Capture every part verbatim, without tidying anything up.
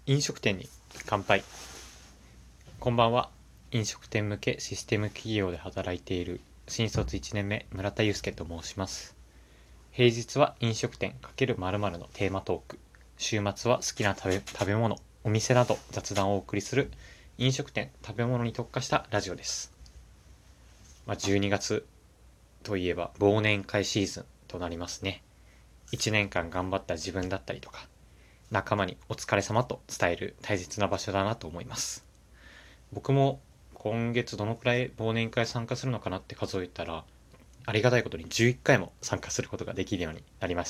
飲食店に乾杯。こんばんは。飲食店向けシステム企業で働いている新卒いちねんめ村田祐介と申します。平日は飲食店×〇〇のテーマトーク、週末は好きな食べ食べ物、お店など雑談をお送りする飲食店食べ物に特化したラジオです。まあ、じゅうにがつといえば忘年会シーズンとなりますね。いちねんかん頑張った自分だったりとか、仲間にお疲れ様と伝える大切な場所だなと思います。僕も今月どのくらい忘年会参加するのかなって数えたら、ありがたいことにじゅういっかいも参加することができるようになりました。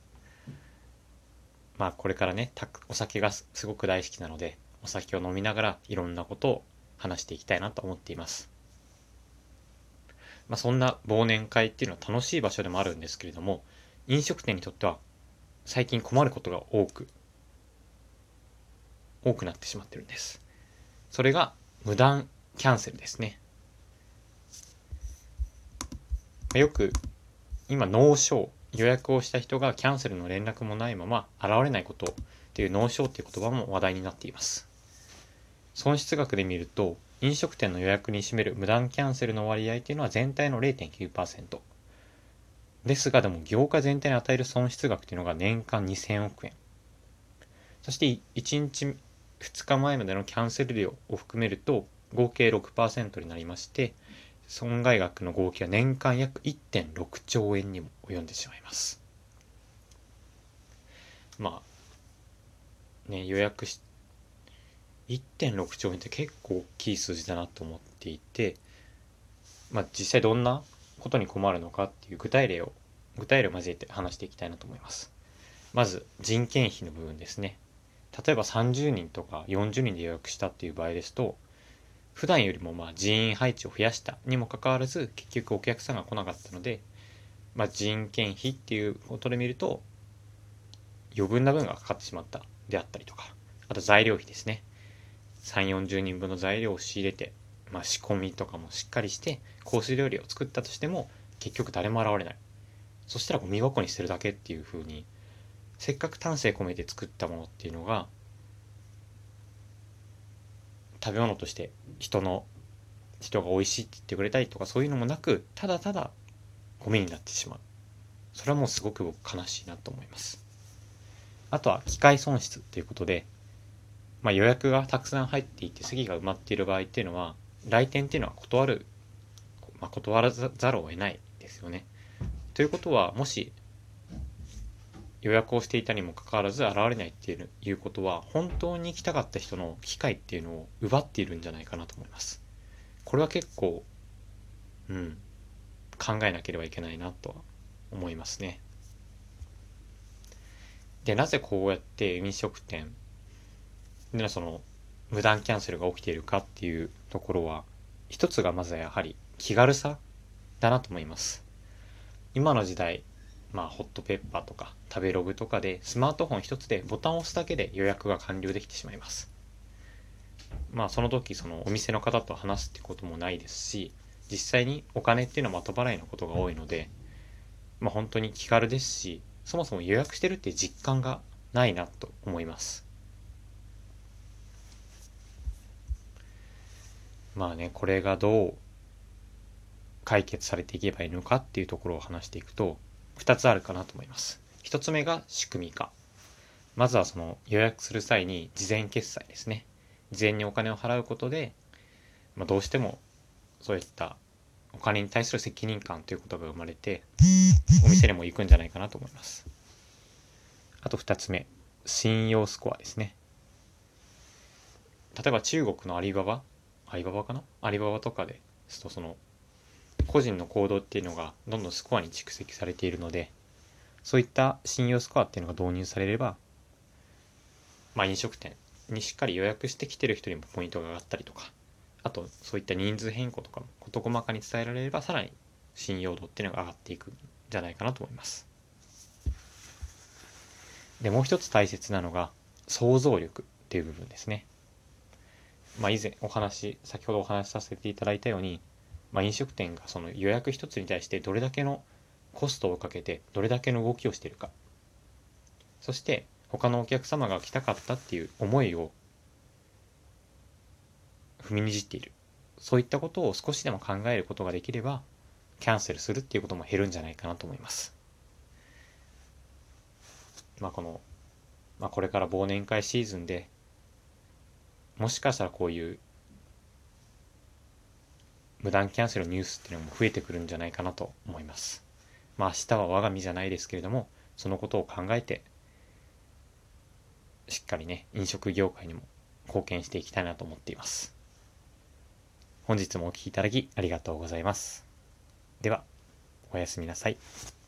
まあこれからね、お酒がすごく大好きなので、お酒を飲みながらいろんなことを話していきたいなと思っています。まあそんな忘年会っていうのは楽しい場所でもあるんですけれども、飲食店にとっては最近困ることが多く多くなってしまってるんです。それが無断キャンセルですね。よく今ノーショー、予約をした人がキャンセルの連絡もないまま現れないことっていうノーショーっていう言葉も話題になっています。損失額で見ると飲食店の予約に占める無断キャンセルの割合っていうのは全体の れいてんきゅうパーセント ですが、でも業界全体に与える損失額っていうのが年間にせんおくえん、そしていちにちふつかまえまでのキャンセル料を含めると合計 ろくパーセント になりまして、損害額の合計は年間約 いってんろくちょうえんにも及んでしまいます。まあね、予約しいってんろくちょうえんって結構大きい数字だなと思っていて、まあ実際どんなことに困るのかっていう具体例を具体例を交えて話していきたいなと思います。まず人件費の部分ですね。例えばさんじゅうにんとかよんじゅうにんで予約したっていう場合ですと、普段よりもまあ人員配置を増やしたにもかかわらず結局お客さんが来なかったので、まあ、人件費っていうことで見ると余分な分がかかってしまったであったりとか、あと材料費ですね。さんじゅう、よんじゅうにんぶんの材料を仕入れて、まあ、仕込みとかもしっかりしてコース料理を作ったとしても結局誰も現れない。そしたらゴミ箱に捨てるだけっていう風に、せっかく丹精込めて作ったものっていうのが食べ物として人の人が美味しいって言ってくれたりとかそういうのもなく、ただただゴミになってしまう。それはもうすごく僕悲しいなと思います。あとは機械損失っていうことで、まあ、予約がたくさん入っていて席が埋まっている場合っていうのは来店っていうのは断る、まあ、断らざるを得ないですよね。ということは、もし予約をしていたにもかかわらず現れないっていうことは、本当に行きたかった人の機会っていうのを奪っているんじゃないかなと思います。これは結構、うん、考えなければいけないなとは思いますね。で、なぜこうやって飲食店でのその無断キャンセルが起きているかっていうところは、一つがまずはやはり気軽さだなと思います。今の時代、まあホットペッパーとか食べログとかでスマートフォン一つでボタンを押すだけで予約が完了できてしまいます。まあその時そのお店の方と話すってこともないですし、実際にお金っていうのは後払いのことが多いので、まあ本当に気軽ですし、そもそも予約してるって実感がないなと思います。まあね、これがどう解決されていけばいいのかっていうところを話していくと、ふたつあるかなと思います。ひとつめが仕組み化。まずはその予約する際に事前決済ですね。事前にお金を払うことで、まあ、どうしてもそういったお金に対する責任感ということが生まれて、お店にも行くんじゃないかなと思います。あとふたつめ、信用スコアですね。例えば中国のアリババ、アリババかなアリババとかですと、その個人の行動っていうのがどんどんスコアに蓄積されているので、そういった信用スコアっていうのが導入されれば、まあ、飲食店にしっかり予約してきてる人にもポイントが上がったりとか、あとそういった人数変更とかも事細かに伝えられれば、さらに信用度っていうのが上がっていくんじゃないかなと思います。で、もう一つ大切なのが想像力っていう部分ですね。まあ以前お話、先ほどお話しさせていただいたように、まあ、飲食店がその予約一つに対してどれだけのコストをかけてどれだけの動きをしているか、そして他のお客様が来たかったっていう思いを踏みにじっている。そういったことを少しでも考えることができれば、キャンセルするっていうことも減るんじゃないかなと思います。まあこの、まあこれから忘年会シーズンで、もしかしたらこういう無断キャンセルニュースっていうのも増えてくるんじゃないかなと思います。まあ明日は我が身じゃないですけれども、そのことを考えて、しっかりね、飲食業界にも貢献していきたいなと思っています。本日もお聞きいただきありがとうございます。では、おやすみなさい。